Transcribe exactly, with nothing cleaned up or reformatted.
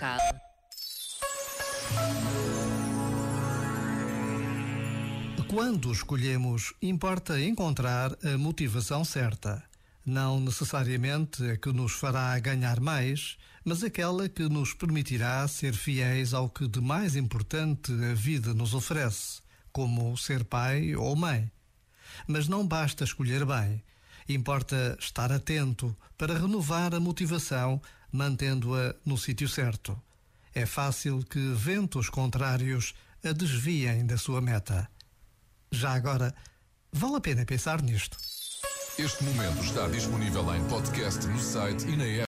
local. Quando escolhemos, importa encontrar a motivação certa. Não necessariamente a que nos fará ganhar mais, mas aquela que nos permitirá ser fiéis ao que de mais importante a vida nos oferece, como ser pai ou mãe. Mas não basta escolher bem. Importa estar atento para renovar a motivação, mantendo-a no sítio certo. É fácil que ventos contrários a desviem da sua meta. Já agora, vale a pena pensar nisto. Este momento está disponível em podcast no site e na app.